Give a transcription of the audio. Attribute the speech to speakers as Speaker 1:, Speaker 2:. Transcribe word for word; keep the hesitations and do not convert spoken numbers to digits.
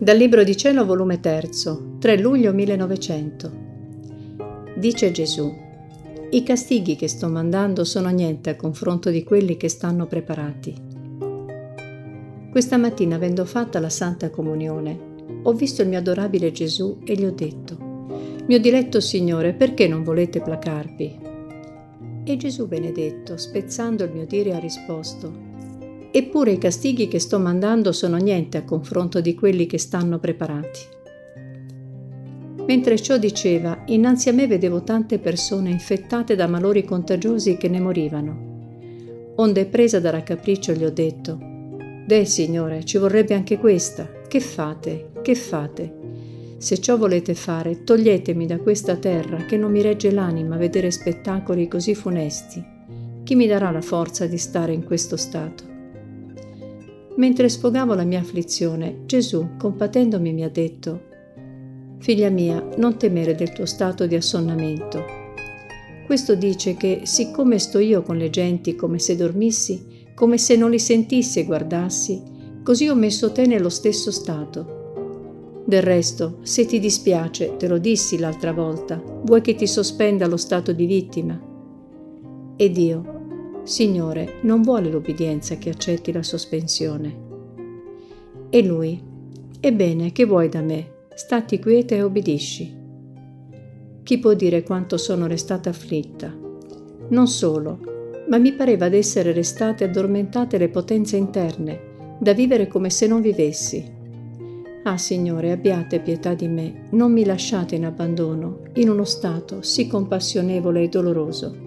Speaker 1: Dal Libro di Cielo, volume tre, tre luglio millenovecento. Dice Gesù: i castighi che sto mandando sono niente a confronto di quelli che stanno preparati. Questa mattina, avendo fatta la Santa Comunione, ho visto il mio adorabile Gesù e gli ho detto: mio diletto Signore, perché non volete placarvi? E Gesù benedetto, spezzando il mio dire, ha risposto: eppure i castighi che sto mandando sono niente a confronto di quelli che stanno preparati. Mentre ciò diceva, innanzi a me vedevo tante persone infettate da malori contagiosi che ne morivano. Onde, presa da raccapriccio, gli ho detto: Deh, Signore, ci vorrebbe anche questa. Che fate? Che fate? Se ciò volete fare, toglietemi da questa terra, che non mi regge l'anima vedere spettacoli così funesti. Chi mi darà la forza di stare in questo stato? Mentre sfogavo la mia afflizione, Gesù, compatendomi, mi ha detto: figlia mia, non temere del tuo stato di assonnamento. Questo dice che, siccome sto io con le genti come se dormissi, come se non li sentissi e guardassi, così ho messo te nello stesso stato. Del resto, se ti dispiace, te lo dissi l'altra volta, vuoi che ti sospenda lo stato di vittima? Ed io: Signore, non vuole l'obbedienza che accetti la sospensione. E lui: ebbene, che vuoi da me? Statti quieta e obbedisci. Chi può dire quanto sono restata afflitta? Non solo, ma mi pareva d'essere restate addormentate le potenze interne, da vivere come se non vivessi. Ah, Signore, abbiate pietà di me, non mi lasciate in abbandono, in uno stato sì compassionevole e doloroso.